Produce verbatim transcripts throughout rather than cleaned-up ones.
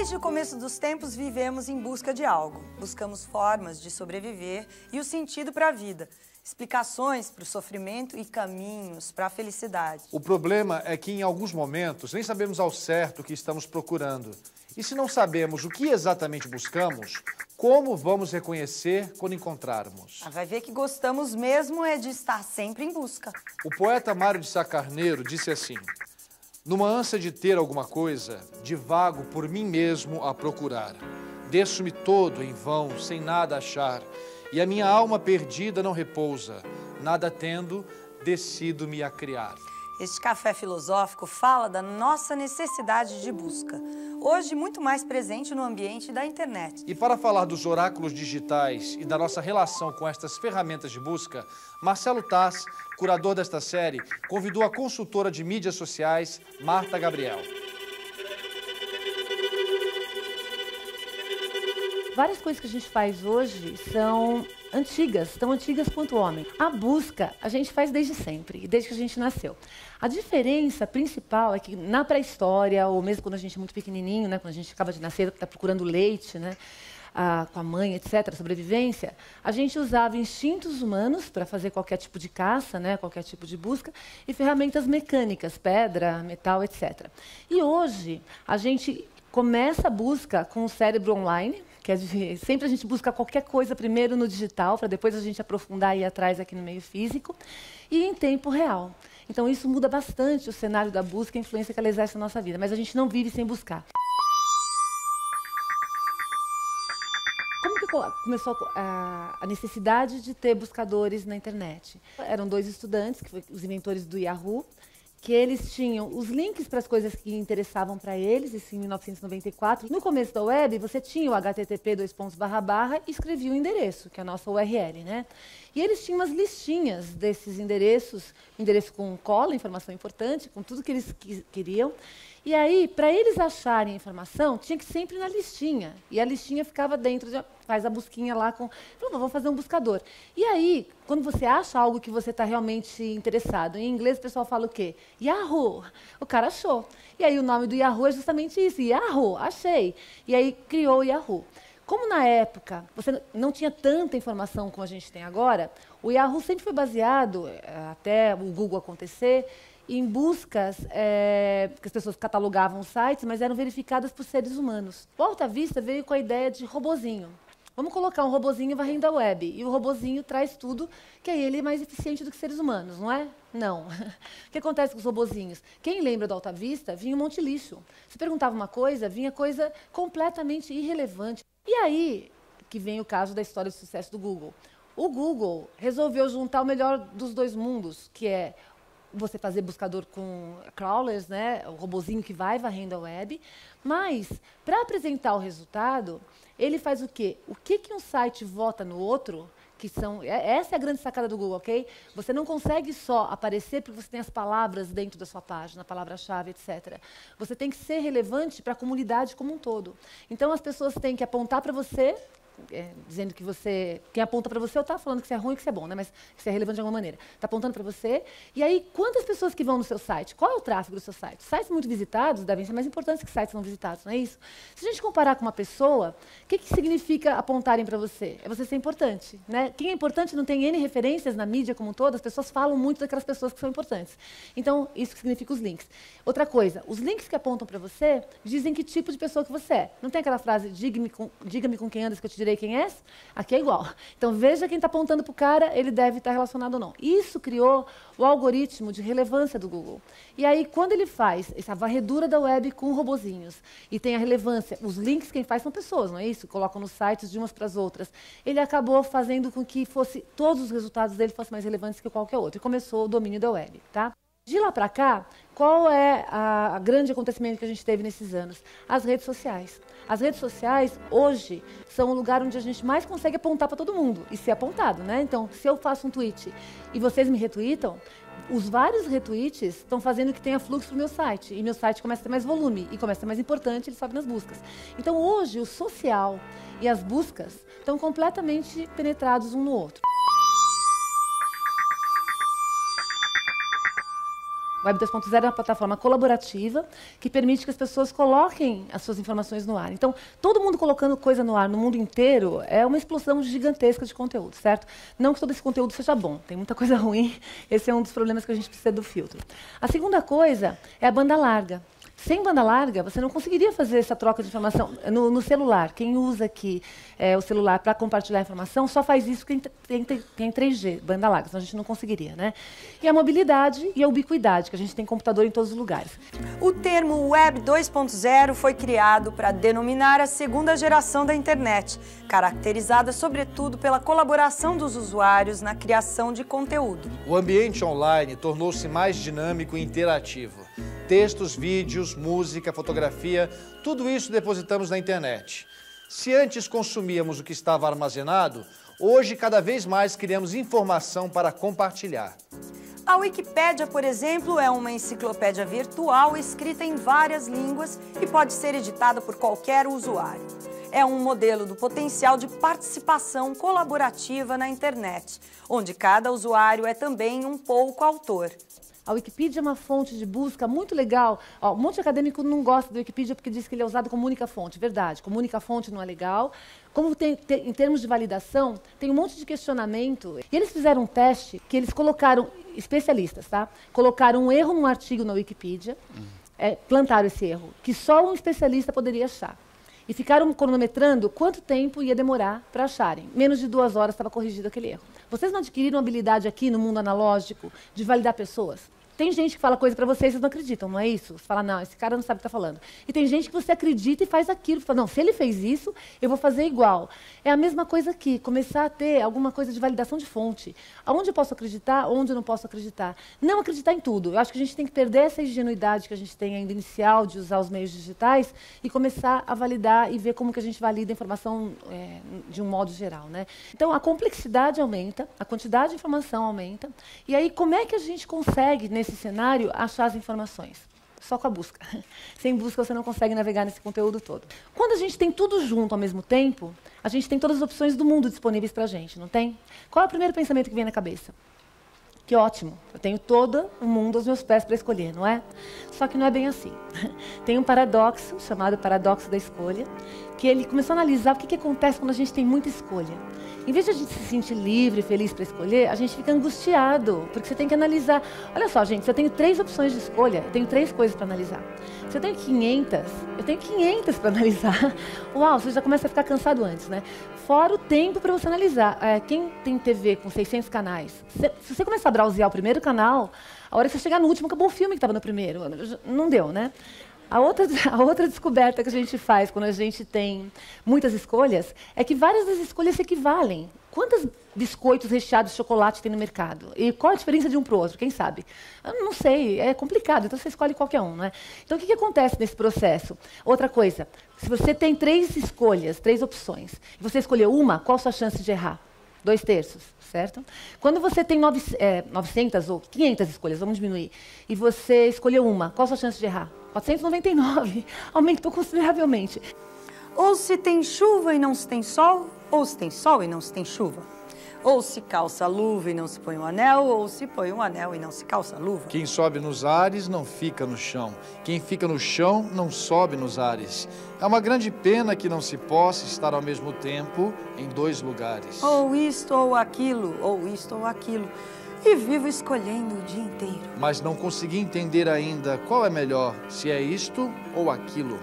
Desde o começo dos tempos vivemos em busca de algo. Buscamos formas de sobreviver e o sentido para a vida, explicações para o sofrimento e caminhos para a felicidade. O problema é que em alguns momentos nem sabemos ao certo o que estamos procurando. E se não sabemos o que exatamente buscamos, como vamos reconhecer quando encontrarmos? Ah, vai ver que gostamos mesmo é de estar sempre em busca. O poeta Mário de Sá Carneiro disse assim: numa ânsia de ter alguma coisa, divago por mim mesmo a procurar. Desço-me todo em vão, sem nada achar, e a minha alma perdida não repousa. Nada tendo, decido-me a criar. Este café filosófico fala da nossa necessidade de busca, hoje muito mais presente no ambiente da internet. E para falar dos oráculos digitais e da nossa relação com estas ferramentas de busca, Marcelo Taz, curador desta série, convidou a consultora de mídias sociais, Marta Gabriel. Várias coisas que a gente faz hoje são antigas, tão antigas quanto o homem. A busca a gente faz desde sempre, desde que a gente nasceu. A diferença principal é que na pré-história, ou mesmo quando a gente é muito pequenininho, né, quando a gente acaba de nascer, está procurando leite, né, a, com a mãe, etcétera, sobrevivência, a gente usava instintos humanos para fazer qualquer tipo de caça, né, qualquer tipo de busca, e ferramentas mecânicas, pedra, metal, etcétera. E hoje a gente começa a busca com o cérebro online, que é de, sempre a gente busca qualquer coisa primeiro no digital, para depois a gente aprofundar e ir atrás aqui no meio físico, e em tempo real. Então isso muda bastante o cenário da busca e a influência que ela exerce na nossa vida, mas a gente não vive sem buscar. Como que começou a, a necessidade de ter buscadores na internet? Eram dois estudantes, que foram os inventores do Yahoo, que eles tinham os links para as coisas que interessavam para eles, isso em mil novecentos e noventa e quatro. No começo da web, você tinha o H T T P dois pontos barra barra e escrevia o endereço, que é a nossa U R L, né? E eles tinham umas listinhas desses endereços, endereço com cola, informação importante, com tudo que eles que, queriam. E aí, para eles acharem a informação, tinha que sempre ir na listinha. E a listinha ficava dentro, de, faz a busquinha lá com... Falou, vamos fazer um buscador. E aí, quando você acha algo que você está realmente interessado, em inglês o pessoal fala o quê? Yahoo! O cara achou. E aí o nome do Yahoo é justamente isso, Yahoo! Achei. E aí criou o Yahoo. Como na época você não tinha tanta informação como a gente tem agora, o Yahoo sempre foi baseado, até o Google acontecer, em buscas é, que as pessoas catalogavam os sites, mas eram verificadas por seres humanos. O Alta Vista veio com a ideia de robozinho. Vamos colocar um robozinho varrendo a web. E o robozinho traz tudo, que aí ele é mais eficiente do que seres humanos, não é? Não. O que acontece com os robozinhos? Quem lembra do Alta Vista, vinha um monte de lixo. Se perguntava uma coisa, vinha coisa completamente irrelevante. E aí que vem o caso da história de sucesso do Google. O Google resolveu juntar o melhor dos dois mundos, que é você fazer buscador com crawlers, né, o robozinho que vai varrendo a web, mas, para apresentar o resultado, ele faz o quê? O que, que um site vota no outro, que são, essa é a grande sacada do Google, ok? Você não consegue só aparecer porque você tem as palavras dentro da sua página, a palavra-chave, etcétera. Você tem que ser relevante para a comunidade como um todo. Então, as pessoas têm que apontar para você, É, dizendo que você, quem aponta para você, ou está falando que você é ruim, que você é bom, né? Mas que você é relevante de alguma maneira. Está apontando para você. E aí, quantas pessoas que vão no seu site? Qual é o tráfego do seu site? Sites muito visitados devem ser mais importantes que sites não visitados, não é isso? Se a gente comparar com uma pessoa, o que, que significa apontarem para você? É você ser importante, né? Quem é importante não tem N referências na mídia como um todo, as pessoas falam muito daquelas pessoas que são importantes. Então, isso significa os links. Outra coisa, os links que apontam para você dizem que tipo de pessoa que você é. Não tem aquela frase, diga-me com, diga-me com quem andas que eu te direi quem és? Aqui é igual. Então, veja quem está apontando para o cara, ele deve estar relacionado ou não. Isso criou o algoritmo de relevância do Google. E aí, quando ele faz essa varredura da web com robozinhos, e tem a relevância, os links quem faz são pessoas, não é isso? Colocam nos sites de umas para as outras. Ele acabou fazendo com que fosse, todos os resultados dele fossem mais relevantes que qualquer outro. E começou o domínio da web, tá? De lá para cá, qual é a, a grande acontecimento que a gente teve nesses anos? As redes sociais. As redes sociais, hoje, são o lugar onde a gente mais consegue apontar para todo mundo e ser apontado, né? Então, se eu faço um tweet e vocês me retweetam, os vários retweets estão fazendo que tenha fluxo para o meu site. E meu site começa a ter mais volume e começa a ser mais importante, ele sobe nas buscas. Então, hoje, o social e as buscas estão completamente penetrados um no outro. Web dois ponto zero é uma plataforma colaborativa que permite que as pessoas coloquem as suas informações no ar. Então, todo mundo colocando coisa no ar no mundo inteiro é uma explosão gigantesca de conteúdo, certo? Não que todo esse conteúdo seja bom, tem muita coisa ruim, esse é um dos problemas que a gente precisa do filtro. A segunda coisa é a banda larga. Sem banda larga, você não conseguiria fazer essa troca de informação no, no celular. Quem usa aqui é, o celular para compartilhar informação só faz isso quem tem, tem, tem três G, banda larga, senão a gente não conseguiria, né? E a mobilidade e a ubiquidade, que a gente tem computador em todos os lugares. O termo Web dois ponto zero foi criado para denominar a segunda geração da internet, caracterizada sobretudo pela colaboração dos usuários na criação de conteúdo. O ambiente online tornou-se mais dinâmico e interativo. Textos, vídeos, música, fotografia, tudo isso depositamos na internet. Se antes consumíamos o que estava armazenado, hoje cada vez mais criamos informação para compartilhar. A Wikipédia, por exemplo, é uma enciclopédia virtual escrita em várias línguas e pode ser editada por qualquer usuário. É um modelo do potencial de participação colaborativa na internet, onde cada usuário é também um pouco autor. A Wikipedia é uma fonte de busca muito legal. Ó, um monte de acadêmico não gosta da Wikipedia porque diz que ele é usado como única fonte. Verdade, como única fonte não é legal. Como tem, tem, em termos de validação, tem um monte de questionamento. E eles fizeram um teste que eles colocaram, especialistas, tá? Colocaram um erro num artigo na Wikipedia, uhum. é, plantaram esse erro, que só um especialista poderia achar. E ficaram cronometrando quanto tempo ia demorar para acharem. Menos de duas horas estava corrigido aquele erro. Vocês não adquiriram habilidade aqui no mundo analógico de validar pessoas? Tem gente que fala coisa para vocês e vocês não acreditam, não é isso? Você fala, não, esse cara não sabe o que está falando. E tem gente que você acredita e faz aquilo. Fala, não, se ele fez isso, eu vou fazer igual. É a mesma coisa aqui, começar a ter alguma coisa de validação de fonte. Aonde eu posso acreditar, onde eu não posso acreditar. Não acreditar em tudo. Eu acho que a gente tem que perder essa ingenuidade que a gente tem ainda inicial de usar os meios digitais e começar a validar e ver como que a gente valida a informação é, de um modo geral, né? Então, a complexidade aumenta, a quantidade de informação aumenta. E aí, como é que a gente consegue, nesse cenário, achar as informações? Só com a busca. Sem busca você não consegue navegar nesse conteúdo todo. Quando a gente tem tudo junto ao mesmo tempo, a gente tem todas as opções do mundo disponíveis para a gente, não tem? Qual é o primeiro pensamento que vem na cabeça? Que ótimo, eu tenho todo o mundo aos meus pés para escolher, não é? Só que não é bem assim. Tem um paradoxo, chamado paradoxo da escolha, que ele começou a analisar o que, que acontece quando a gente tem muita escolha. Em vez de a gente se sentir livre, feliz para escolher, a gente fica angustiado, porque você tem que analisar. Olha só, gente, se eu tenho três opções de escolha, eu tenho três coisas para analisar. Se eu tenho quinhentas, eu tenho quinhentas para analisar. Uau, você já começa a ficar cansado antes, né? Fora o tempo para você analisar. É, quem tem T V com seiscentos canais, se, se você começar a browsear o primeiro canal, a hora que você chegar no último, acabou o filme que estava no primeiro. Não deu, né? A outra, a outra descoberta que a gente faz quando a gente tem muitas escolhas é que várias das escolhas se equivalem. Quantos biscoitos recheados de chocolate tem no mercado? E qual a diferença de um para o outro? Quem sabe? Eu não sei, é complicado, então você escolhe qualquer um, né? Então, o que, que acontece nesse processo? Outra coisa, se você tem três escolhas, três opções, e você escolheu uma, qual a sua chance de errar? Dois terços, certo? Quando você tem nove, é, novecentas ou quinhentas escolhas, vamos diminuir, e você escolheu uma, qual a sua chance de errar? quatrocentos e noventa e nove, aumentou consideravelmente. Ou se tem chuva e não se tem sol, ou se tem sol e não se tem chuva. Ou se calça a luva e não se põe um anel, ou se põe um anel e não se calça a luva. Quem sobe nos ares não fica no chão. Quem fica no chão não sobe nos ares. É uma grande pena que não se possa estar ao mesmo tempo em dois lugares. Ou isto ou aquilo, ou isto ou aquilo. E vivo escolhendo o dia inteiro. Mas não consegui entender ainda qual é melhor, se é isto ou aquilo.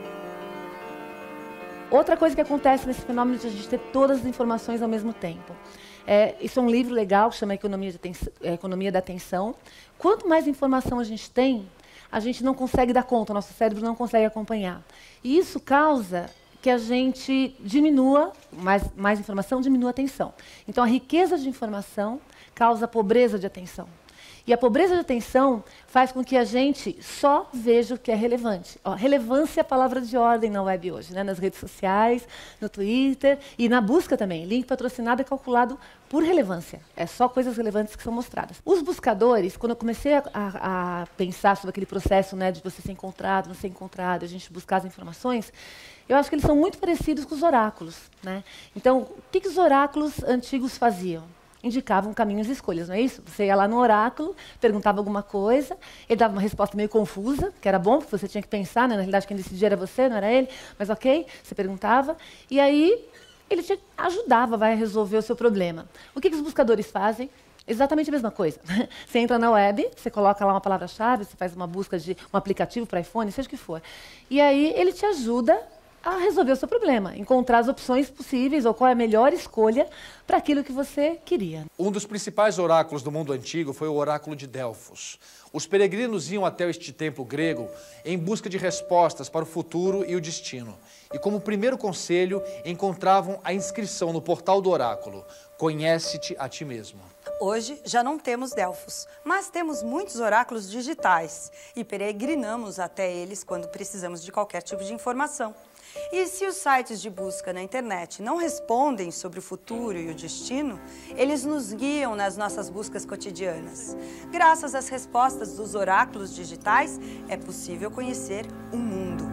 Outra coisa que acontece nesse fenômeno de a gente ter todas as informações ao mesmo tempo. É, isso é um livro legal que chama Economia, de Atenção, Economia da Atenção. Quanto mais informação a gente tem, a gente não consegue dar conta, o nosso cérebro não consegue acompanhar. E isso causa que a gente diminua, mais, mais informação, diminua a atenção. Então, a riqueza de informação causa pobreza de atenção. E a pobreza de atenção faz com que a gente só veja o que é relevante. Ó, relevância é a palavra de ordem na web hoje, né? Nas redes sociais, no Twitter e na busca também. Link patrocinado é calculado por relevância. É só coisas relevantes que são mostradas. Os buscadores, quando eu comecei a, a, a pensar sobre aquele processo, né, de você ser encontrado, não ser encontrado, a gente buscar as informações, eu acho que eles são muito parecidos com os oráculos, né? Então, o que, que os oráculos antigos faziam? indicavam caminhos e escolhas, não é isso? Você ia lá no oráculo, perguntava alguma coisa, ele dava uma resposta meio confusa, que era bom, porque você tinha que pensar, né? Na realidade quem decidia era você, não era ele, mas ok, você perguntava, e aí ele te ajudava, vai resolver o seu problema. O que, que os buscadores fazem? Exatamente a mesma coisa. Você entra na web, você coloca lá uma palavra-chave, você faz uma busca de um aplicativo para iPhone, seja o que for. E aí ele te ajuda a resolver o seu problema, encontrar as opções possíveis ou qual é a melhor escolha para aquilo que você queria. Um dos principais oráculos do mundo antigo foi o oráculo de Delfos. Os peregrinos iam até este templo grego em busca de respostas para o futuro e o destino. E como primeiro conselho, encontravam a inscrição no portal do oráculo: conhece-te a ti mesmo. Hoje já não temos Delfos, mas temos muitos oráculos digitais e peregrinamos até eles quando precisamos de qualquer tipo de informação. E se os sites de busca na internet não respondem sobre o futuro e o destino, eles nos guiam nas nossas buscas cotidianas. Graças às respostas dos oráculos digitais, é possível conhecer o mundo.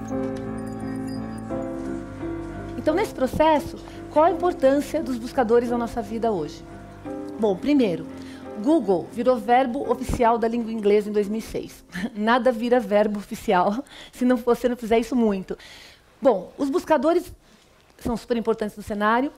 Então, nesse processo, qual a importância dos buscadores na nossa vida hoje? Bom, primeiro, Google virou verbo oficial da língua inglesa em dois mil e seis. Nada vira verbo oficial se não você não fizer isso muito. Bom, os buscadores são super importantes no cenário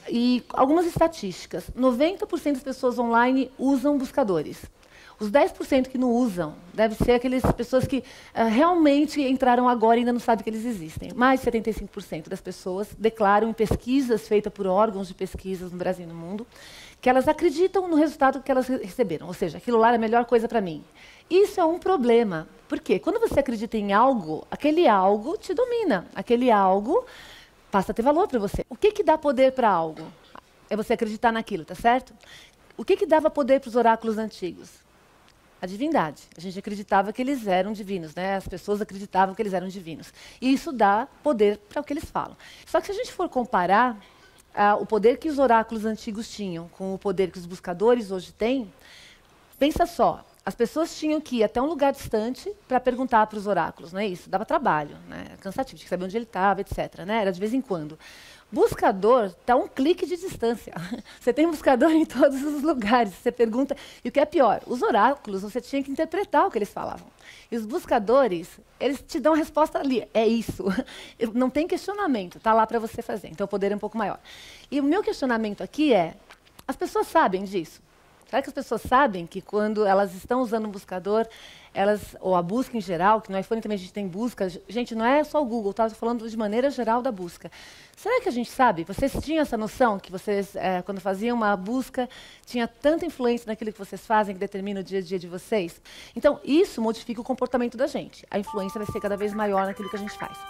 e algumas estatísticas. noventa por cento das pessoas online usam buscadores. Os dez por cento que não usam devem ser aquelas pessoas que uh, realmente entraram agora e ainda não sabem que eles existem. Mais de setenta e cinco por cento das pessoas declaram em pesquisas feitas por órgãos de pesquisas no Brasil e no mundo que elas acreditam no resultado que elas receberam. Ou seja, aquilo lá é a melhor coisa para mim. Isso é um problema. Por quê? Quando você acredita em algo, aquele algo te domina. Aquele algo passa a ter valor para você. O que, que dá poder para algo? É você acreditar naquilo, tá certo? O que, que dava poder para os oráculos antigos? A divindade. A gente acreditava que eles eram divinos, né? As pessoas acreditavam que eles eram divinos. E isso dá poder para o que eles falam. Só que se a gente for comparar ah, o poder que os oráculos antigos tinham com o poder que os buscadores hoje têm, pensa só. As pessoas tinham que ir até um lugar distante para perguntar para os oráculos, não é isso? Dava trabalho, né? Era cansativo, tinha que saber onde ele estava, etcétera. Né? Era de vez em quando. Buscador está a um clique de distância. Você tem buscador em todos os lugares. Você pergunta. E o que é pior, os oráculos, você tinha que interpretar o que eles falavam. E os buscadores, eles te dão a resposta ali. É isso. Não tem questionamento, está lá para você fazer. Então o poder é um pouco maior. E o meu questionamento aqui é: as pessoas sabem disso? Será que as pessoas sabem que quando elas estão usando um buscador, elas, ou a busca em geral, que no iPhone também a gente tem busca, gente, não é só o Google, tá? Estou falando de maneira geral da busca. Será que a gente sabe? Vocês tinham essa noção que vocês, é, quando faziam uma busca, tinha tanta influência naquilo que vocês fazem que determina o dia a dia de vocês? Então, isso modifica o comportamento da gente. A influência vai ser cada vez maior naquilo que a gente faz.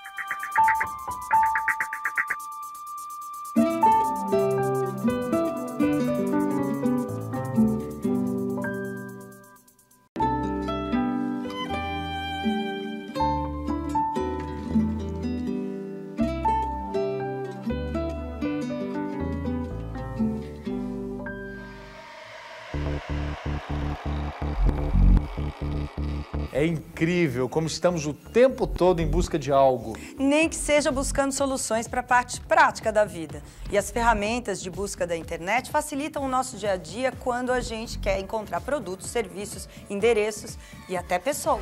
É incrível como estamos o tempo todo em busca de algo. Nem que seja buscando soluções para a parte prática da vida. E as ferramentas de busca da internet facilitam o nosso dia a dia quando a gente quer encontrar produtos, serviços, endereços e até pessoas.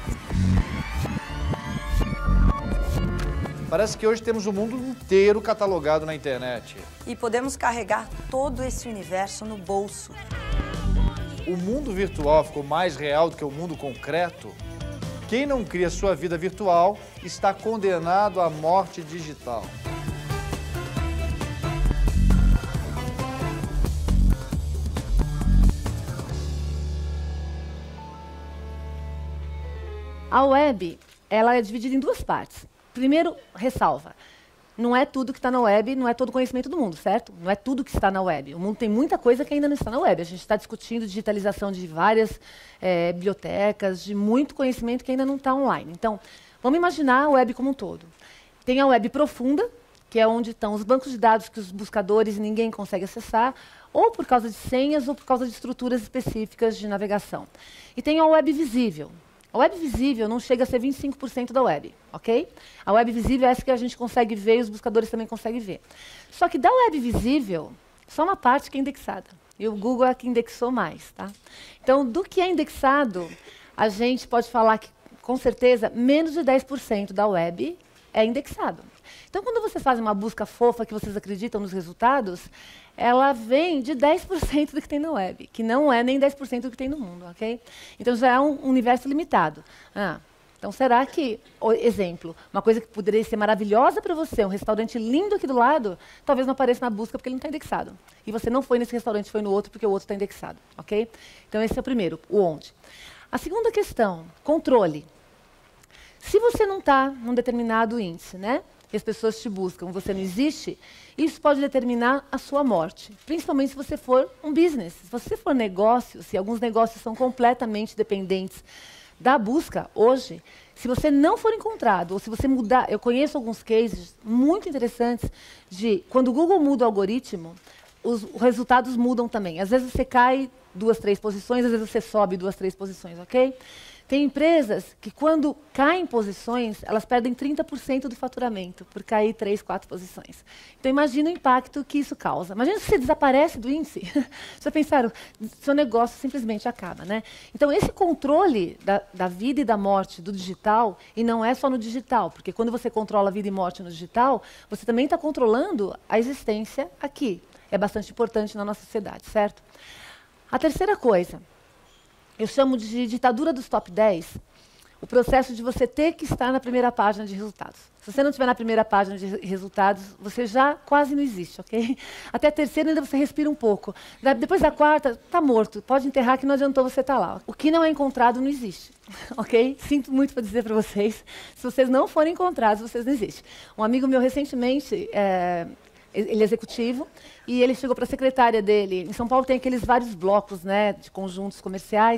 Parece que hoje temos o mundo inteiro catalogado na internet. E podemos carregar todo esse universo no bolso. O mundo virtual ficou mais real do que o mundo concreto? Quem não cria sua vida virtual está condenado à morte digital. A web, ela é dividida em duas partes. Primeiro, ressalva. Não é tudo que está na web, não é todo o conhecimento do mundo, certo? Não é tudo que está na web. O mundo tem muita coisa que ainda não está na web. A gente está discutindo digitalização de várias é, bibliotecas, de muito conhecimento que ainda não está online. Então, vamos imaginar a web como um todo. Tem a web profunda, que é onde estão os bancos de dados que os buscadores e ninguém consegue acessar, ou por causa de senhas, ou por causa de estruturas específicas de navegação. E tem a web visível. A web visível não chega a ser vinte e cinco por cento da web, ok? A web visível é essa que a gente consegue ver e os buscadores também conseguem ver. Só que da web visível, só uma parte que é indexada. E o Google é a que indexou mais, tá? Então, do que é indexado, a gente pode falar que, com certeza, menos de dez por cento da web é indexado. Então, quando vocês fazem uma busca fofa que vocês acreditam nos resultados, ela vem de dez por cento do que tem na web, que não é nem dez por cento do que tem no mundo, ok? Então, já é um universo limitado. Ah, então, será que, exemplo, uma coisa que poderia ser maravilhosa para você, um restaurante lindo aqui do lado, talvez não apareça na busca porque ele não está indexado. E você não foi nesse restaurante, foi no outro porque o outro está indexado, ok? Então, esse é o primeiro, o onde. A segunda questão, controle. Se você não está num determinado índice, né, e as pessoas te buscam, você não existe, isso pode determinar a sua morte, principalmente se você for um business. Se você for negócio, se alguns negócios são completamente dependentes da busca hoje, se você não for encontrado, ou se você mudar, eu conheço alguns cases muito interessantes de quando o Google muda o algoritmo, os resultados mudam também. Às vezes você cai duas, três posições, às vezes você sobe duas, três posições, ok? Tem empresas que, quando caem posições, elas perdem trinta por cento do faturamento, por cair três, quatro posições. Então, imagina o impacto que isso causa. Imagina se você desaparece do índice. Vocês já pensaram? Seu negócio simplesmente acaba, né? Então, esse controle da, da vida e da morte do digital, e não é só no digital, porque quando você controla a vida e morte no digital, você também está controlando a existência aqui. É bastante importante na nossa sociedade, certo? A terceira coisa, eu chamo de ditadura dos top dez, o processo de você ter que estar na primeira página de resultados. Se você não estiver na primeira página de resultados, você já quase não existe, ok? Até a terceira ainda você respira um pouco. Depois da quarta, está morto. Pode enterrar que não adiantou você estar lá. O que não é encontrado não existe, ok? Sinto muito para dizer para vocês. Se vocês não forem encontrados, vocês não existem. Um amigo meu recentemente, é, ele é executivo, e ele chegou para a secretária dele. Em São Paulo tem aqueles vários blocos, né, de conjuntos comerciais,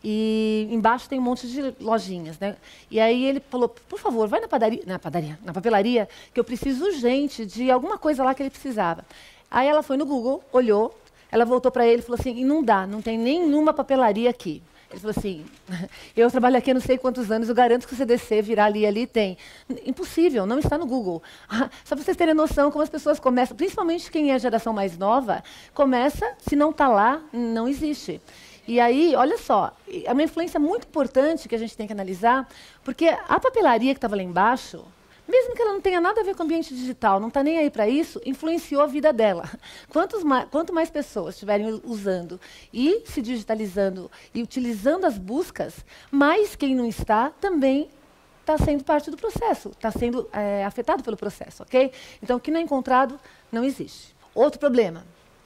e embaixo tem um monte de lojinhas, né? E aí ele falou, por favor, vai na padaria, na padaria, na papelaria, que eu preciso urgente de alguma coisa lá que ele precisava. Aí ela foi no Google, olhou, ela voltou para ele e falou assim, não dá, não tem nenhuma papelaria aqui. Ele falou assim, eu trabalho aqui há não sei quantos anos, eu garanto que você descer, virar ali, ali, tem. Impossível, não está no Google. Só para vocês terem noção como as pessoas começam, principalmente quem é a geração mais nova, começa, se não está lá, não existe. E aí, olha só, é uma influência muito importante que a gente tem que analisar, porque a papelaria que estava lá embaixo, mesmo que ela não tenha nada a ver com o ambiente digital, não está nem aí para isso, influenciou a vida dela. Quantos mais, quanto mais pessoas estiverem usando e se digitalizando e utilizando as buscas, mais quem não está também está sendo parte do processo, está sendo é, afetado pelo processo, ok? Então, o que não é encontrado, não existe. Outro problema.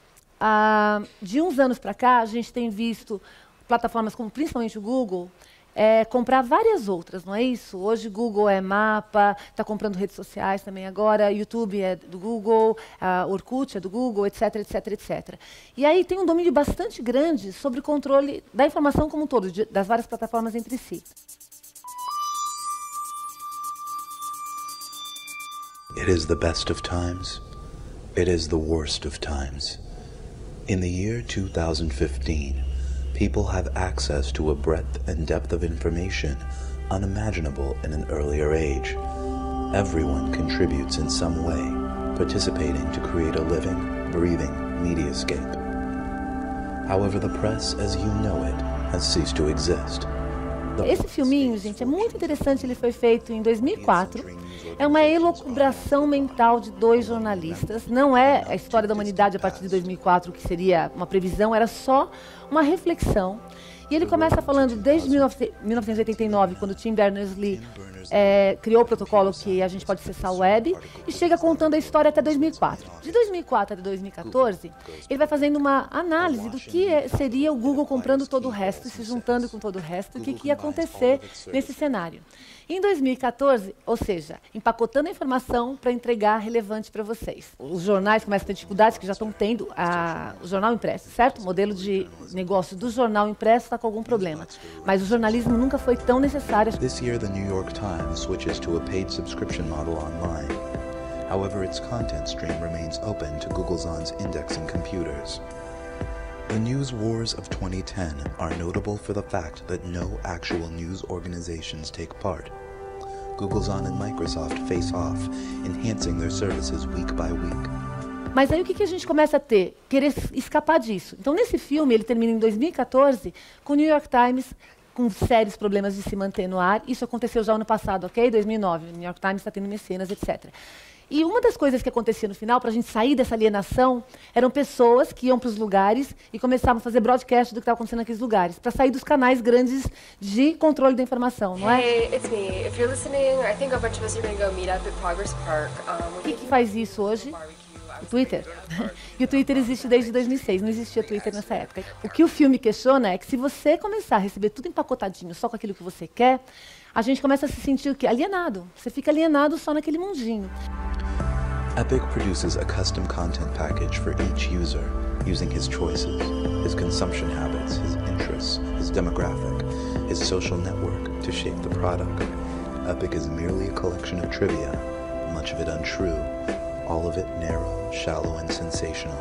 Ah, de uns anos para cá, a gente tem visto plataformas como principalmente o Google, É, comprar várias outras, não é isso? Hoje Google é mapa, está comprando redes sociais também agora, YouTube é do Google, a Orkut é do Google, etc, etc, etcétera. E aí tem um domínio bastante grande sobre o controle da informação como um todo, de, das várias plataformas entre si. It is the best of times. It is the worst of times. In the year two thousand fifteen, people have access to a breadth and depth of information unimaginable in an earlier age. Everyone contributes in some way, participating to create a living, breathing mediascape. However, the press as you know it has ceased to exist. Esse filminho, gente, é muito interessante, ele foi feito em dois mil e quatro. É uma elucubração mental de dois jornalistas. Não é a história da humanidade a partir de dois mil e quatro, que seria uma previsão, era só uma reflexão. E ele começa falando desde mil novecentos e oitenta e nove, quando Tim Berners-Lee é, criou o protocolo que a gente pode acessar a web, e chega contando a história até dois mil e quatro. De dois mil e quatro até dois mil e quatorze, ele vai fazendo uma análise do que é, seria o Google comprando todo o resto, e se juntando com todo o resto, e o que, que ia acontecer nesse cenário. Em dois mil e quatorze, ou seja, empacotando a informação para entregar relevante para vocês. Os jornais começam a ter dificuldades, que já estão tendo a, o jornal impresso, certo? O modelo de negócio do jornal impresso está com algum problema. Mas o jornalismo nunca foi tão necessário. This year, the New York Times switches to a paid subscription model online. However, its content stream remains open to Googlezon's indexing computers. The news wars of twenty ten are notable for the fact that no actual news organizations take part. Googlezon and Microsoft face off, enhancing their services week by week. Mas aí o que, que a gente começa a ter? Querer escapar disso. Então, nesse filme, ele termina em dois mil e quatorze, com o New York Times com sérios problemas de se manter no ar. Isso aconteceu já ano passado, ok? dois mil e nove. O New York Times está tendo mecenas, etcétera. E uma das coisas que acontecia no final, para a gente sair dessa alienação, eram pessoas que iam para os lugares e começavam a fazer broadcast do que estava acontecendo naqueles lugares, para sair dos canais grandes de controle da informação, não é? Hey, it's me. If you're listening, I think a bunch of us are going to go meet up at Progress Park. Um, O que, que faz isso hoje? O Twitter. E o Twitter existe desde dois mil e seis, não existia Twitter nessa época. O que o filme questiona é que se você começar a receber tudo empacotadinho, só com aquilo que você quer, a gente começa a se sentir o quê? Alienado. Você fica alienado só naquele mundinho. Epic produces a custom content package for each user, using his choices, his consumption habits, his interests, his demographic, his social network to shape the product. Epic is merely a collection of trivia, much of it untrue, all of it narrow, shallow, and sensational.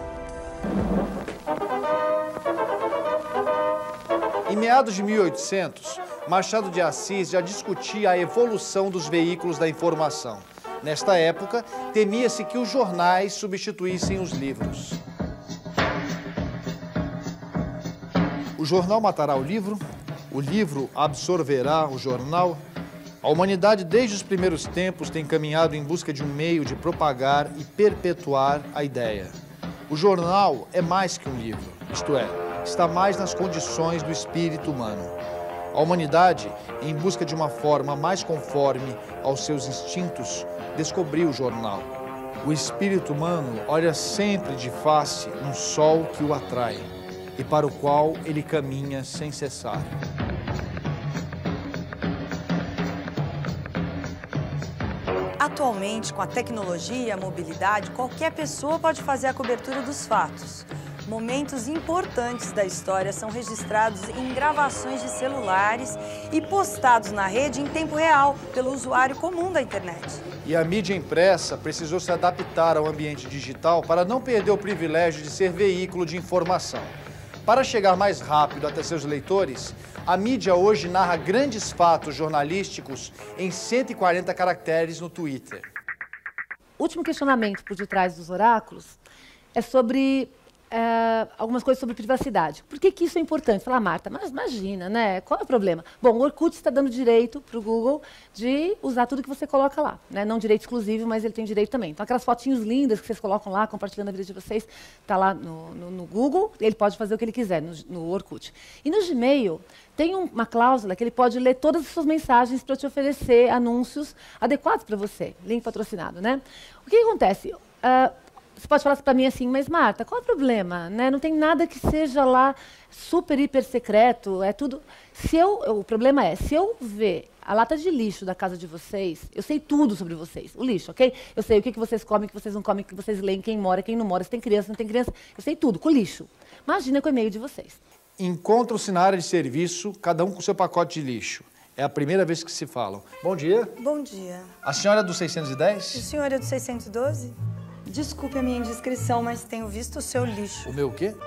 Em meados de mil e oitocentos, Machado de Assis já discutia a evolução dos veículos da informação. Nesta época, temia-se que os jornais substituíssem os livros. O jornal matará o livro? O livro absorverá o jornal? A humanidade, desde os primeiros tempos, tem caminhado em busca de um meio de propagar e perpetuar a ideia. O jornal é mais que um livro, isto é, está mais nas condições do espírito humano. A humanidade, em busca de uma forma mais conforme aos seus instintos, descobriu o jornal. O espírito humano olha sempre de face no sol que o atrai e para o qual ele caminha sem cessar. Atualmente, com a tecnologia e a mobilidade, qualquer pessoa pode fazer a cobertura dos fatos. Momentos importantes da história são registrados em gravações de celulares e postados na rede em tempo real pelo usuário comum da internet. E a mídia impressa precisou se adaptar ao ambiente digital para não perder o privilégio de ser veículo de informação. Para chegar mais rápido até seus leitores, a mídia hoje narra grandes fatos jornalísticos em cento e quarenta caracteres no Twitter. O último questionamento por detrás dos oráculos é sobre Uh, algumas coisas sobre privacidade. Por que que isso é importante? Fala, Marta, mas imagina, né? Qual é o problema? Bom, o Orkut está dando direito para o Google de usar tudo que você coloca lá, né? Não direito exclusivo, mas ele tem direito também. Então, aquelas fotinhos lindas que vocês colocam lá, compartilhando a vida de vocês, está lá no, no, no Google, ele pode fazer o que ele quiser no, no Orkut. E no Gmail, tem um, uma cláusula que ele pode ler todas as suas mensagens para te oferecer anúncios adequados para você, link patrocinado, né? O que, que acontece? Uh, Você pode falar para mim assim, mas Marta, qual é o problema? Né? Não tem nada que seja lá super, hiper secreto, é tudo... Se eu, o problema é, se eu ver a lata de lixo da casa de vocês, eu sei tudo sobre vocês, o lixo, ok? Eu sei o que, que vocês comem, o que vocês não comem, o que vocês leem, quem mora, quem não mora, se tem criança, não tem criança, eu sei tudo, com o lixo. Imagina com o e-mail de vocês. Encontram-se na área de serviço, cada um com seu pacote de lixo. É a primeira vez que se falam. Bom dia. Bom dia. A senhora é do seiscentos e dez? O senhor é do seiscentos e doze? Desculpe a minha indiscrição, mas tenho visto o seu lixo. O meu o quê?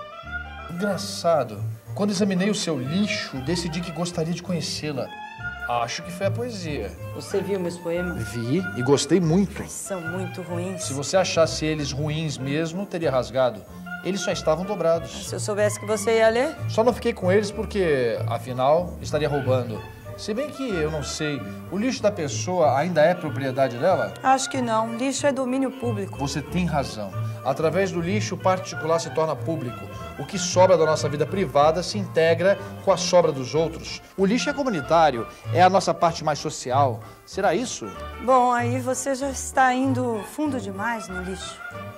Engraçado. Quando examinei o seu lixo, decidi que gostaria de conhecê-la. Acho que foi a poesia. Você viu meus poemas? Vi e gostei muito. Mas são muito ruins. Se você achasse eles ruins mesmo, teria rasgado. Eles só estavam dobrados. Se eu soubesse que você ia ler? Só não fiquei com eles porque, afinal, estaria roubando. Se bem que eu não sei, o lixo da pessoa ainda é propriedade dela? Acho que não. Lixo é domínio público. Você tem razão. Através do lixo, o particular se torna público. O que sobra da nossa vida privada se integra com a sobra dos outros. O lixo é comunitário, é a nossa parte mais social. Será isso? Bom, aí você já está indo fundo demais no lixo.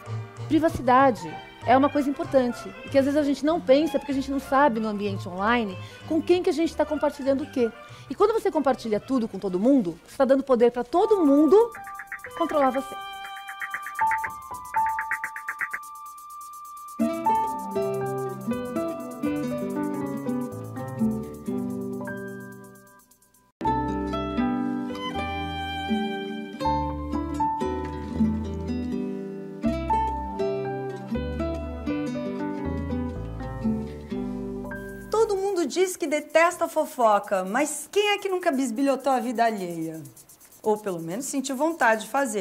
Privacidade é uma coisa importante, e que às vezes a gente não pensa, porque a gente não sabe no ambiente online com quem que a gente está compartilhando o quê. E quando você compartilha tudo com todo mundo, você está dando poder para todo mundo controlar você. Todo mundo diz que detesta a fofoca, mas quem é que nunca bisbilhotou a vida alheia? Ou pelo menos sentiu vontade de fazer.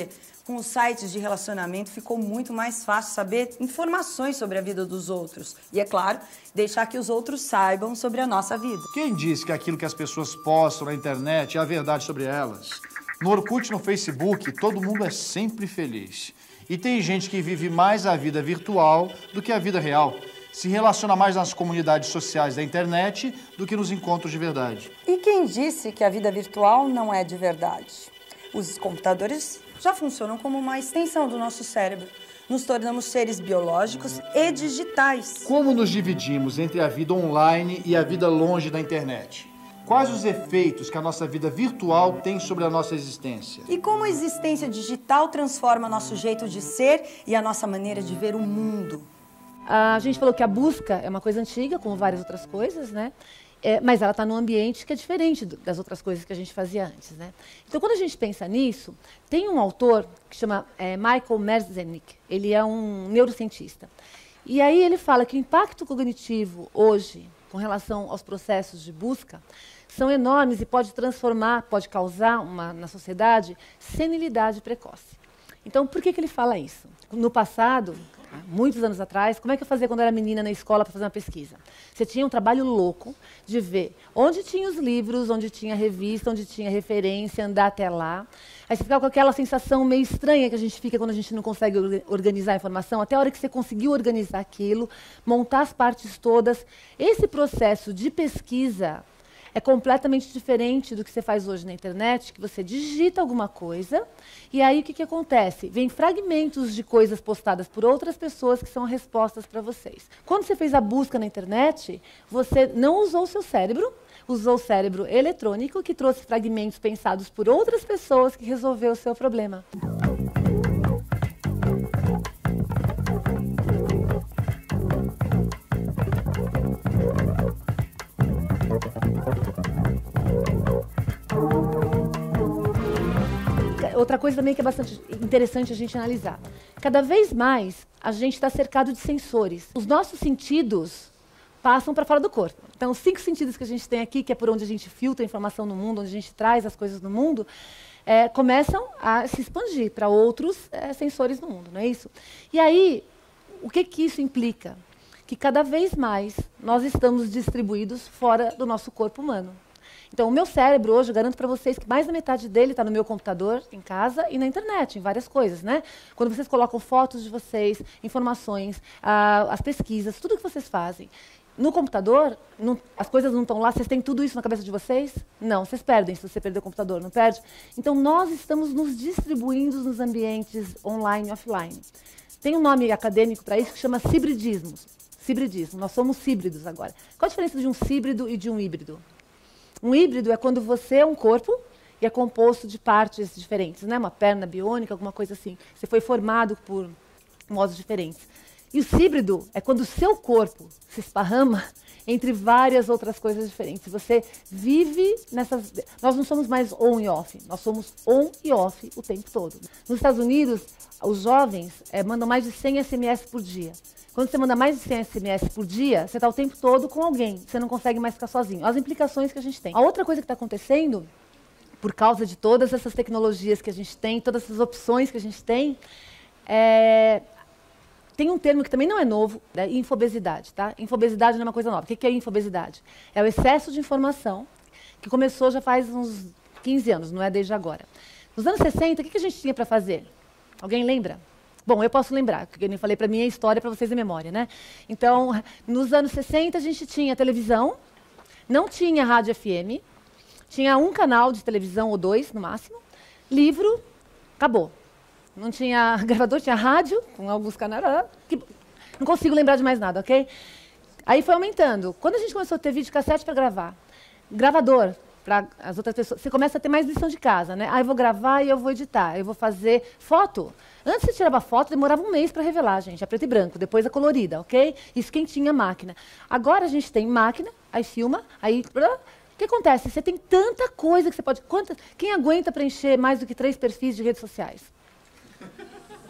Com os sites de relacionamento ficou muito mais fácil saber informações sobre a vida dos outros. E, é claro, deixar que os outros saibam sobre a nossa vida. Quem disse que aquilo que as pessoas postam na internet é a verdade sobre elas? No Orkut e no Facebook, todo mundo é sempre feliz. E tem gente que vive mais a vida virtual do que a vida real. Se relaciona mais nas comunidades sociais da internet do que nos encontros de verdade. E quem disse que a vida virtual não é de verdade? Os computadores já funcionam como uma extensão do nosso cérebro. Nos tornamos seres biológicos e digitais. Como nos dividimos entre a vida online e a vida longe da internet? Quais os efeitos que a nossa vida virtual tem sobre a nossa existência? E como a existência digital transforma nosso jeito de ser e a nossa maneira de ver o mundo? A gente falou que a busca é uma coisa antiga, como várias outras coisas, né? É, mas ela está num ambiente que é diferente do, das outras coisas que a gente fazia antes, né? Então, quando a gente pensa nisso, tem um autor que chama é, Michael Merzenich. Ele é um neurocientista. E aí ele fala que o impacto cognitivo hoje, com relação aos processos de busca, são enormes e pode transformar, pode causar uma, na sociedade senilidade precoce. Então, por que, que ele fala isso? No passado, muitos anos atrás, como é que eu fazia quando eu era menina na escola para fazer uma pesquisa? Você tinha um trabalho louco de ver onde tinha os livros, onde tinha revista, onde tinha referência, andar até lá. Aí você ficava com aquela sensação meio estranha que a gente fica quando a gente não consegue organizar a informação, até a hora que você conseguiu organizar aquilo, montar as partes todas. Esse processo de pesquisa é completamente diferente do que você faz hoje na internet, que você digita alguma coisa, e aí o que, que acontece? Vem fragmentos de coisas postadas por outras pessoas que são respostas para vocês. Quando você fez a busca na internet, você não usou o seu cérebro, usou o cérebro eletrônico, que trouxe fragmentos pensados por outras pessoas que resolveu o seu problema. Outra coisa também que é bastante interessante a gente analisar. Cada vez mais a gente está cercado de sensores. Os nossos sentidos passam para fora do corpo. Então, os cinco sentidos que a gente tem aqui, que é por onde a gente filtra a informação no mundo, onde a gente traz as coisas no mundo, é, começam a se expandir para outros é, sensores no mundo, não é isso? E aí, o que, que isso implica? Que cada vez mais nós estamos distribuídos fora do nosso corpo humano. Então, o meu cérebro hoje, eu garanto para vocês que mais da metade dele está no meu computador, em casa e na internet, em várias coisas, né? Quando vocês colocam fotos de vocês, informações, ah, as pesquisas, tudo que vocês fazem. No computador, não, as coisas não estão lá, vocês têm tudo isso na cabeça de vocês? Não, vocês perdem se você perder o computador, não perde? Então, nós estamos nos distribuindo nos ambientes online e offline. Tem um nome acadêmico para isso que chama cibridismo. Cibridismo, nós somos híbridos agora. Qual a diferença de um híbrido e de um híbrido? Um híbrido é quando você é um corpo e é composto de partes diferentes, né? Uma perna biônica, alguma coisa assim. Você foi formado por modos diferentes. E o híbrido é quando o seu corpo se esparrama entre várias outras coisas diferentes. Você vive nessas... Nós não somos mais on e off, nós somos on e off o tempo todo. Nos Estados Unidos, os jovens é, mandam mais de cem S M S por dia. Quando você manda mais de cem S M S por dia, você está o tempo todo com alguém. Você não consegue mais ficar sozinho. As implicações que a gente tem. A outra coisa que está acontecendo, por causa de todas essas tecnologias que a gente tem, todas essas opções que a gente tem, é... tem um termo que também não é novo, né? Infobesidade. Tá? Infobesidade não é uma coisa nova. O que é infobesidade? É o excesso de informação, que começou já faz uns quinze anos, não é desde agora. Nos anos sessenta, o que a gente tinha para fazer? Alguém lembra? Bom, eu posso lembrar, porque eu falei para mim a história para vocês em memória, né? Então, nos anos sessenta, a gente tinha televisão, não tinha rádio F M, tinha um canal de televisão ou dois, no máximo, livro, acabou. Não tinha gravador, tinha rádio, com alguns canais, que, não consigo lembrar de mais nada, ok? Aí foi aumentando. Quando a gente começou a ter videocassete para gravar, gravador, para as outras pessoas, você começa a ter mais lição de casa, né? Ah, eu vou gravar e eu vou editar, eu vou fazer foto. Antes você tirava foto, demorava um mês para revelar, gente, a preto e branco, depois a colorida, ok? Isso quem tinha máquina. Agora a gente tem máquina, aí filma, aí... O que acontece? Você tem tanta coisa que você pode... Quanta, quem aguenta preencher mais do que três perfis de redes sociais?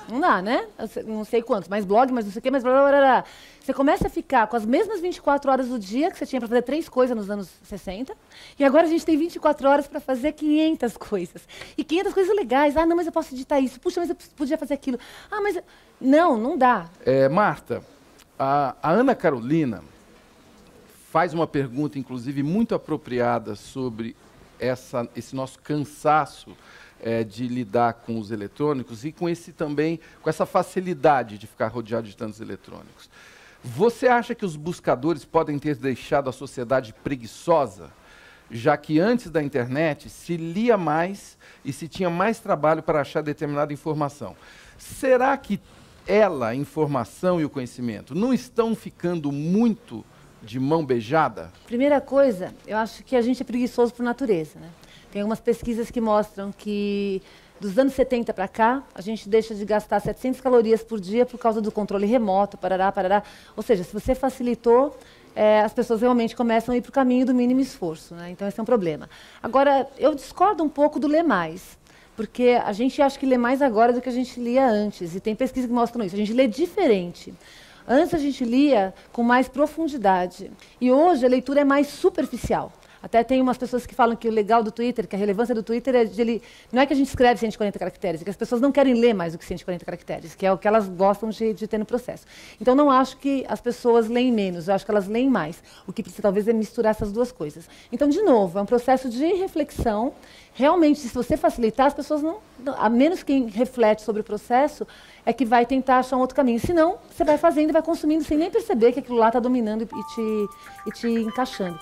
Não dá, né? Não sei quantos, mais blog, mais não sei o quê, mais blá, blá, blá, blá. Você começa a ficar com as mesmas vinte e quatro horas do dia que você tinha para fazer três coisas nos anos sessenta, e agora a gente tem vinte e quatro horas para fazer quinhentas coisas. E quinhentas coisas legais. Ah, não, mas eu posso editar isso. Puxa, mas eu podia fazer aquilo. Ah, mas... Não, não dá. É, Marta, a, a Ana Carolina faz uma pergunta, inclusive, muito apropriada sobre essa, esse nosso cansaço é, de lidar com os eletrônicos e com esse também, com essa facilidade de ficar rodeado de tantos eletrônicos. Você acha que os buscadores podem ter deixado a sociedade preguiçosa, já que antes da internet se lia mais e se tinha mais trabalho para achar determinada informação? Será que ela, a informação e o conhecimento, não estão ficando muito de mão beijada? Primeira coisa, eu acho que a gente é preguiçoso por natureza, né? Tem algumas pesquisas que mostram que dos anos setenta para cá, a gente deixa de gastar setecentas calorias por dia por causa do controle remoto, parará, parará. Ou seja, se você facilitou, é, as pessoas realmente começam a ir para o caminho do mínimo esforço, né? Então, esse é um problema. Agora, eu discordo um pouco do ler mais, porque a gente acha que lê mais agora do que a gente lia antes, e tem pesquisas que mostram isso. A gente lê diferente. Antes a gente lia com mais profundidade, e hoje a leitura é mais superficial. Até tem umas pessoas que falam que o legal do Twitter, que a relevância do Twitter é de ele... Não é que a gente escreve cento e quarenta caracteres, é que as pessoas não querem ler mais do que cento e quarenta caracteres, que é o que elas gostam de, de ter no processo. Então, não acho que as pessoas leem menos, eu acho que elas leem mais. O que precisa, talvez, é misturar essas duas coisas. Então, de novo, é um processo de reflexão. Realmente, se você facilitar, as pessoas não... A menos quem reflete sobre o processo é que vai tentar achar um outro caminho. Senão, você vai fazendo e vai consumindo sem nem perceber que aquilo lá está dominando e te, e te encaixando.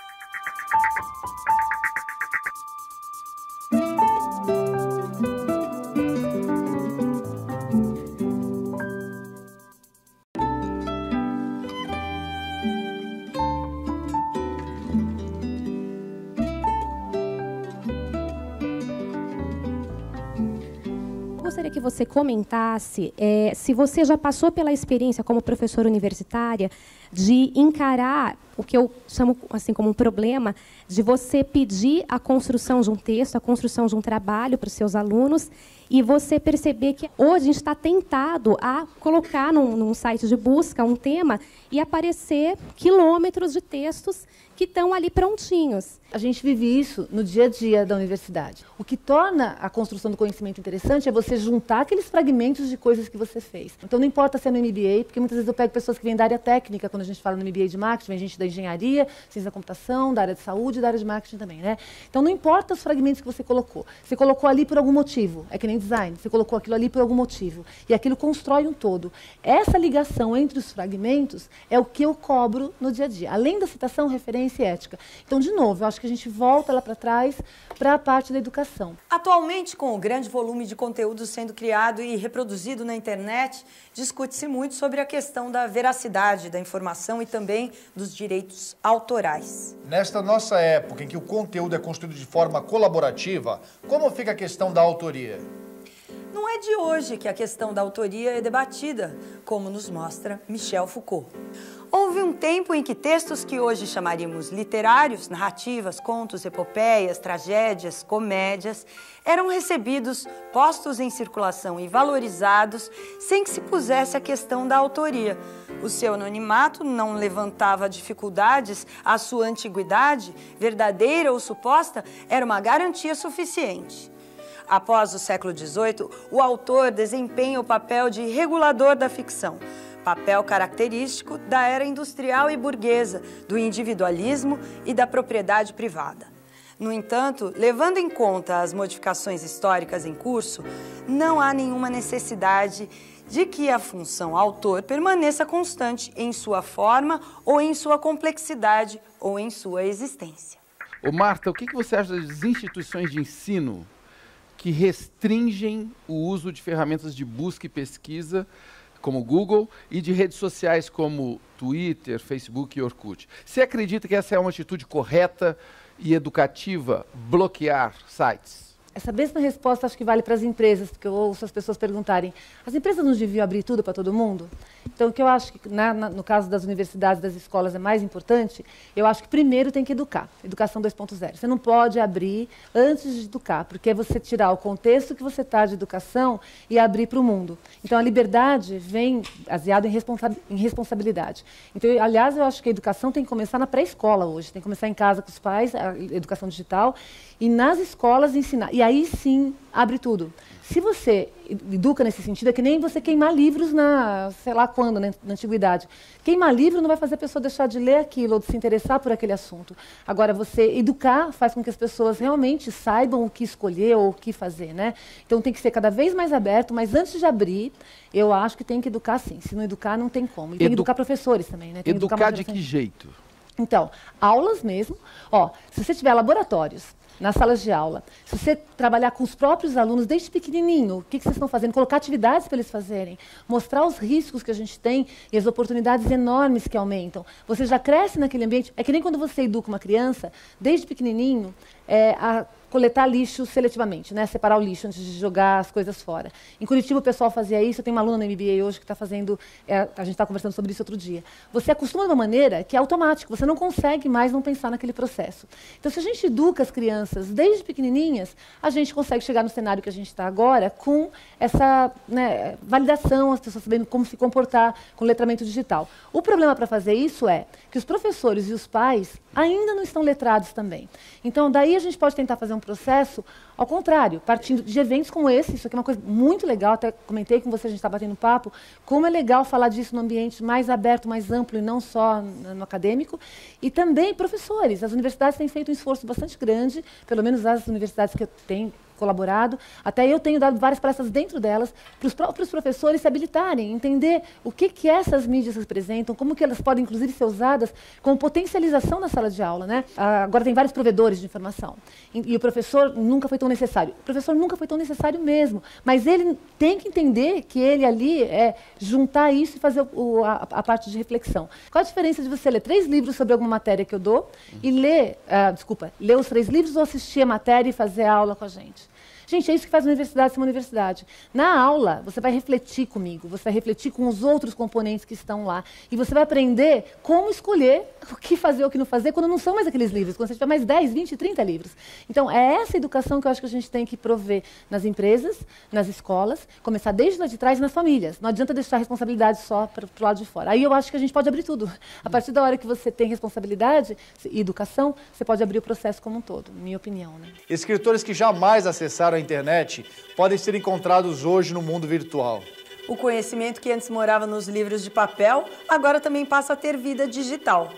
Gostaria que você comentasse é, se você já passou pela experiência como professora universitária de encarar o que eu chamo assim como um problema de você pedir a construção de um texto, a construção de um trabalho para os seus alunos e você perceber que hoje a gente está tentado a colocar num, num site de busca um tema e aparecer quilômetros de textos que estão ali prontinhos. A gente vive isso no dia a dia da universidade. O que torna a construção do conhecimento interessante é você juntar aqueles fragmentos de coisas que você fez. Então, não importa se é no M B A, porque muitas vezes eu pego pessoas que vêm da área técnica, quando a gente fala no M B A de marketing, vem gente da engenharia, ciência da computação, da área de saúde e da área de marketing também, né? Então, não importa os fragmentos que você colocou. Você colocou ali por algum motivo. É que nem design. Você colocou aquilo ali por algum motivo. E aquilo constrói um todo. Essa ligação entre os fragmentos é o que eu cobro no dia a dia. Além da citação, referência e ética. Então, de novo, eu acho que a gente volta lá para trás para a parte da educação. Atualmente, com o grande volume de conteúdo sendo criado e reproduzido na internet, discute-se muito sobre a questão da veracidade da informação e também dos direitos autorais. Nesta nossa época em que o conteúdo é construído de forma colaborativa, como fica a questão da autoria? Não é de hoje que a questão da autoria é debatida, como nos mostra Michel Foucault. Houve um tempo em que textos que hoje chamaríamos literários, narrativas, contos, epopeias, tragédias, comédias, eram recebidos, postos em circulação e valorizados sem que se pusesse a questão da autoria. O seu anonimato não levantava dificuldades, a sua antiguidade, verdadeira ou suposta, era uma garantia suficiente. Após o século dezoito, o autor desempenha o papel de regulador da ficção, papel característico da era industrial e burguesa, do individualismo e da propriedade privada. No entanto, levando em conta as modificações históricas em curso, não há nenhuma necessidade de que a função autor permaneça constante em sua forma ou em sua complexidade ou em sua existência. Ô Marta, o que você acha das instituições de ensino que restringem o uso de ferramentas de busca e pesquisa como Google e de redes sociais como Twitter, Facebook e Orkut? Você acredita que essa é uma atitude correta e educativa, bloquear sites? essa mesma resposta acho que vale para as empresas, porque eu ouço as pessoas perguntarem, as empresas não deviam abrir tudo para todo mundo? Então, o que eu acho que, na, na, no caso das universidades, das escolas, é mais importante, eu acho que primeiro tem que educar, educação dois ponto zero. Você não pode abrir antes de educar, porque é você tirar o contexto que você está de educação e abrir para o mundo. Então, a liberdade vem baseada em, responsa em responsabilidade. Então, eu, aliás, eu acho que a educação tem que começar na pré-escola hoje, tem que começar em casa com os pais, a educação digital, e nas escolas ensinar. E aí, sim, abre tudo. Se você educa nesse sentido, é que nem você queimar livros na, sei lá quando, né, na antiguidade. Queimar livro não vai fazer a pessoa deixar de ler aquilo ou de se interessar por aquele assunto. Agora, você educar faz com que as pessoas realmente saibam o que escolher ou o que fazer, né? Então, tem que ser cada vez mais aberto, mas antes de abrir, eu acho que tem que educar sim. Se não educar, não tem como. E Edu... tem que educar professores também, né? Tem educar, educar de que jeito? Então, aulas mesmo. Ó, se você tiver laboratórios, nas salas de aula, se você trabalhar com os próprios alunos desde pequenininho, o que, que vocês estão fazendo? Colocar atividades para eles fazerem, mostrar os riscos que a gente tem e as oportunidades enormes que aumentam. Você já cresce naquele ambiente. É que nem quando você educa uma criança, desde pequenininho, é, a coletar lixo seletivamente, né? Separar o lixo antes de jogar as coisas fora. Em Curitiba o pessoal fazia isso, eu tenho uma aluna no M B A hoje que está fazendo, é, a gente está conversando sobre isso outro dia. Você acostuma de uma maneira que é automática, você não consegue mais não pensar naquele processo. Então, se a gente educa as crianças desde pequenininhas, a gente consegue chegar no cenário que a gente está agora com essa, né, validação, as pessoas sabendo como se comportar com o letramento digital. O problema para fazer isso é que os professores e os pais ainda não estão letrados também. Então, daí a gente pode tentar fazer um processo ao contrário, partindo de eventos como esse. Isso aqui é uma coisa muito legal, até comentei com você, a gente está batendo papo, como é legal falar disso num ambiente mais aberto, mais amplo e não só no acadêmico. E também professores. As universidades têm feito um esforço bastante grande, pelo menos as universidades que eu tenho colaborado, até eu tenho dado várias palestras dentro delas, para os próprios professores se habilitarem, entender o que, que essas mídias representam, como que elas podem, inclusive, ser usadas como potencialização na sala de aula, né? Ah, agora tem vários provedores de informação, e, e o professor nunca foi tão necessário. O professor nunca foi tão necessário mesmo, mas ele tem que entender que ele ali é juntar isso e fazer o, a, a parte de reflexão. Qual a diferença de você ler três livros sobre alguma matéria que eu dou e ler, ah, desculpa, ler os três livros ou assistir a matéria e fazer a aula com a gente? Gente, é isso que faz a universidade ser uma universidade. Na aula, você vai refletir comigo, você vai refletir com os outros componentes que estão lá. E você vai aprender como escolher o que fazer ou o que não fazer quando não são mais aqueles livros, quando você tiver mais dez, vinte, trinta livros. Então, é essa educação que eu acho que a gente tem que prover nas empresas, nas escolas, começar desde lá de trás e nas famílias. Não adianta deixar a responsabilidade só para o lado de fora. Aí eu acho que a gente pode abrir tudo. A partir da hora que você tem responsabilidade e educação, você pode abrir o processo como um todo, minha opinião, né? Escritores que jamais acessaram a internet podem ser encontrados hoje no mundo virtual. O conhecimento que antes morava nos livros de papel, agora também passa a ter vida digital.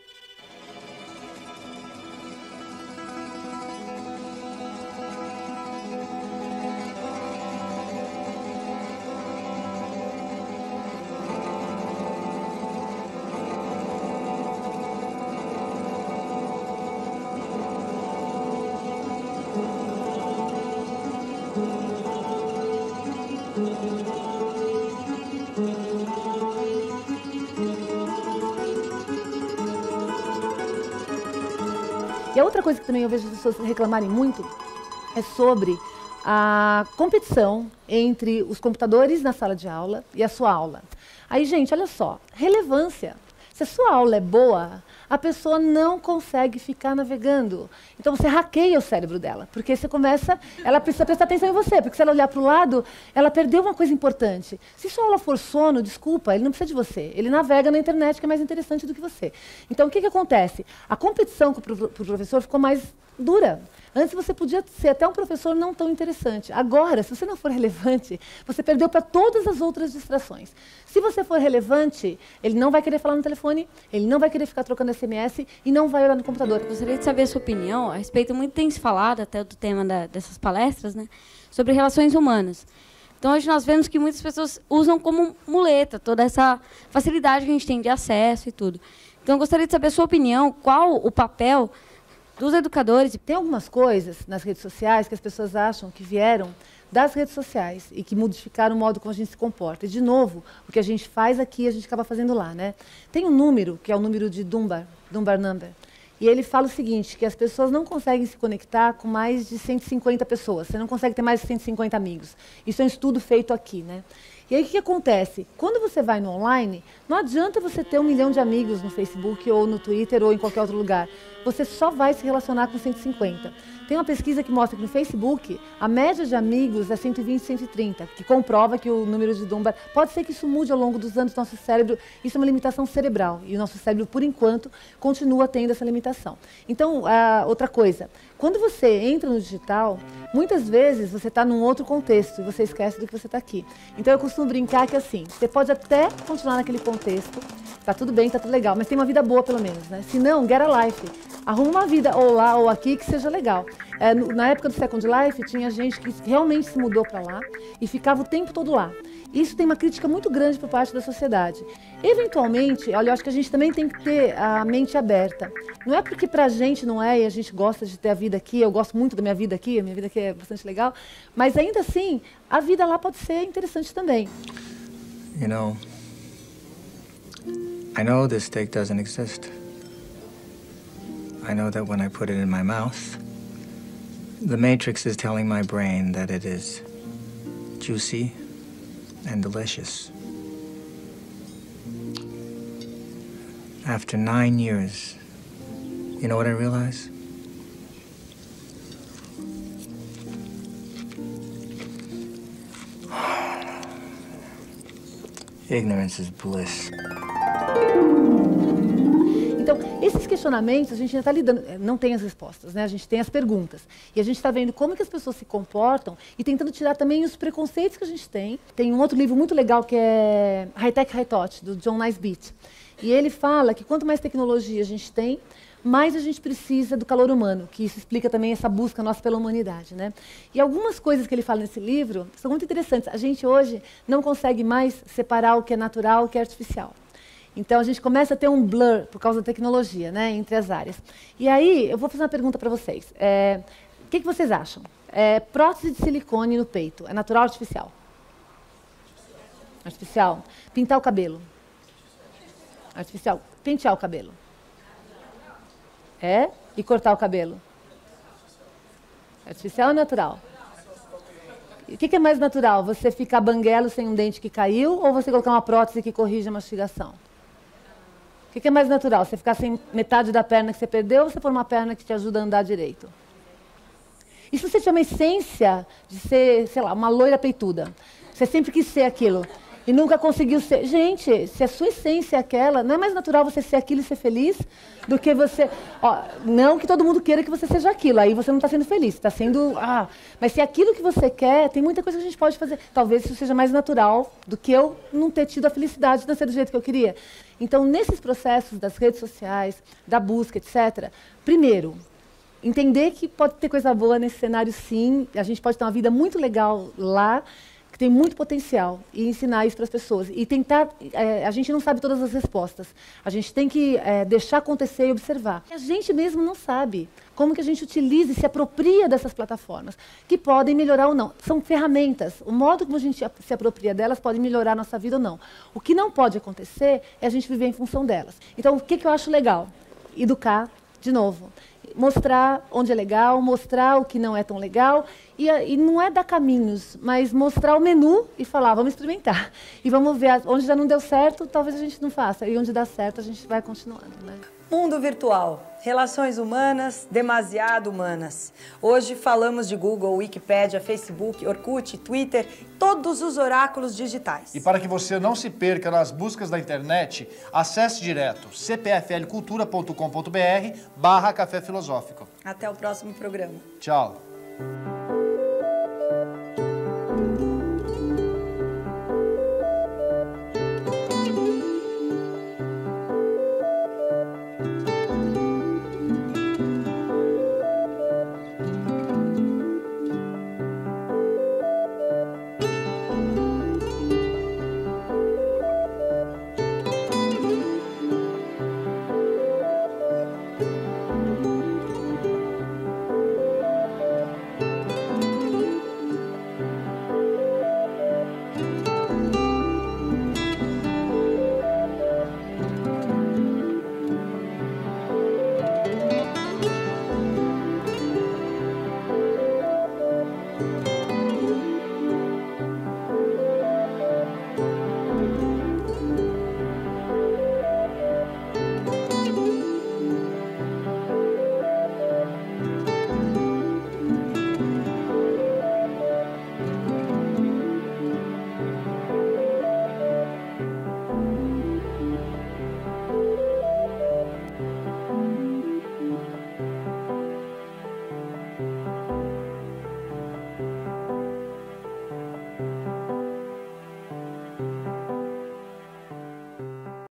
E a outra coisa que também eu vejo as pessoas reclamarem muito é sobre a competição entre os computadores na sala de aula e a sua aula. Aí, gente, olha só, relevância. Se a sua aula é boa, a pessoa não consegue ficar navegando. Então, você hackeia o cérebro dela, porque você começa, ela precisa prestar atenção em você, porque se ela olhar para o lado, ela perdeu uma coisa importante. Se sua aula for sono, desculpa, ele não precisa de você. Ele navega na internet, que é mais interessante do que você. Então, o que, que acontece? A competição para o professor ficou mais dura. Antes você podia ser até um professor não tão interessante. Agora, se você não for relevante, você perdeu para todas as outras distrações. Se você for relevante, ele não vai querer falar no telefone, ele não vai querer ficar trocando S M S e não vai olhar no computador. Eu gostaria de saber a sua opinião a respeito, muito tem se falado até do tema da, dessas palestras, né, sobre relações humanas. Então, hoje nós vemos que muitas pessoas usam como muleta toda essa facilidade que a gente tem de acesso e tudo. Então, eu gostaria de saber a sua opinião, qual o papel dos educadores. Tem algumas coisas nas redes sociais que as pessoas acham que vieram das redes sociais e que modificaram o modo como a gente se comporta. E, de novo, o que a gente faz aqui, a gente acaba fazendo lá, né? Tem um número, que é o número de Dunbar, Dunbar Number, E ele fala o seguinte, que as pessoas não conseguem se conectar com mais de cento e cinquenta pessoas. Você não consegue ter mais de cento e cinquenta amigos. Isso é um estudo feito aqui, né? E aí o que, que acontece? Quando você vai no online, não adianta você ter um milhão de amigos no Facebook ou no Twitter ou em qualquer outro lugar. Você só vai se relacionar com cento e cinquenta. Tem uma pesquisa que mostra que no Facebook a média de amigos é cento e vinte, cento e trinta, que comprova que o número de Dunbar... Pode ser que isso mude ao longo dos anos do nosso cérebro, isso é uma limitação cerebral, e o nosso cérebro, por enquanto, continua tendo essa limitação. Então, a outra coisa, quando você entra no digital, muitas vezes você está num outro contexto e você esquece do que você está aqui. Então, eu costumo brincar que assim, você pode até continuar naquele contexto, tá tudo bem, tá tudo legal, mas tem uma vida boa pelo menos, né? Se não, get a life. Arruma uma vida ou lá ou aqui que seja legal. É, no, na época do Second Life, tinha gente que realmente se mudou para lá e ficava o tempo todo lá. Isso tem uma crítica muito grande por parte da sociedade. Eventualmente, olha, eu acho que a gente também tem que ter a mente aberta. Não é porque pra gente não é e a gente gosta de ter a vida aqui, eu gosto muito da minha vida aqui, a minha vida aqui é bastante legal, mas ainda assim, a vida lá pode ser interessante também. You know, I know this steak doesn't exist. I know that when I put it in my mouth, the Matrix is telling my brain that it is juicy and delicious. After nine years, you know what I realize? Ignorance is bliss. Então, esses questionamentos, a gente ainda está lidando, não tem as respostas, né? A gente tem as perguntas. E a gente está vendo como que as pessoas se comportam e tentando tirar também os preconceitos que a gente tem. Tem um outro livro muito legal que é High Tech, High Thought, do John Naisbitt. E ele fala que quanto mais tecnologia a gente tem, mais a gente precisa do calor humano, que isso explica também essa busca nossa pela humanidade, né? E algumas coisas que ele fala nesse livro são muito interessantes. A gente hoje não consegue mais separar o que é natural e o que é artificial. Então, a gente começa a ter um blur por causa da tecnologia, né, entre as áreas. E aí, eu vou fazer uma pergunta para vocês. É, o que, que vocês acham? É, prótese de silicone no peito, é natural ou artificial? Artificial. Pintar o cabelo? Artificial. Pentear o cabelo? É? E cortar o cabelo? Artificial ou natural? O que, que é mais natural? Você ficar banguelo sem um dente que caiu ou você colocar uma prótese que corrige a mastigação? O que, que é mais natural? Você ficar sem metade da perna que você perdeu ou você pôr uma perna que te ajuda a andar direito? E se você tiver uma essência de ser, sei lá, uma loira peituda? Você sempre quis ser aquilo e nunca conseguiu ser. Gente, se a sua essência é aquela, não é mais natural você ser aquilo e ser feliz do que você... Ó, não que todo mundo queira que você seja aquilo, aí você não está sendo feliz, está sendo... Ah, mas se é aquilo que você quer, tem muita coisa que a gente pode fazer. Talvez isso seja mais natural do que eu não ter tido a felicidade de nascer do jeito que eu queria. Então, nesses processos das redes sociais, da busca, etcétera, primeiro, entender que pode ter coisa boa nesse cenário, sim, a gente pode ter uma vida muito legal lá, que tem muito potencial, e ensinar isso para as pessoas. E tentar, é, a gente não sabe todas as respostas, a gente tem que é, deixar acontecer e observar. A gente mesmo não sabe como que a gente utiliza e se apropria dessas plataformas, que podem melhorar ou não. São ferramentas, o modo como a gente se apropria delas pode melhorar a nossa vida ou não. O que não pode acontecer é a gente viver em função delas. Então, o que, que eu acho legal? Educar, de novo. Mostrar onde é legal, mostrar o que não é tão legal, e, e não é dar caminhos, mas mostrar o menu e falar, vamos experimentar. E vamos ver, onde já não deu certo, talvez a gente não faça, e onde dá certo, a gente vai continuando, né? Mundo virtual, relações humanas, demasiado humanas. Hoje falamos de Google, Wikipédia, Facebook, Orkut, Twitter, todos os oráculos digitais. E para que você não se perca nas buscas da internet, acesse direto c p f l cultura ponto com ponto b r barra Café Filosófico. Até o próximo programa. Tchau.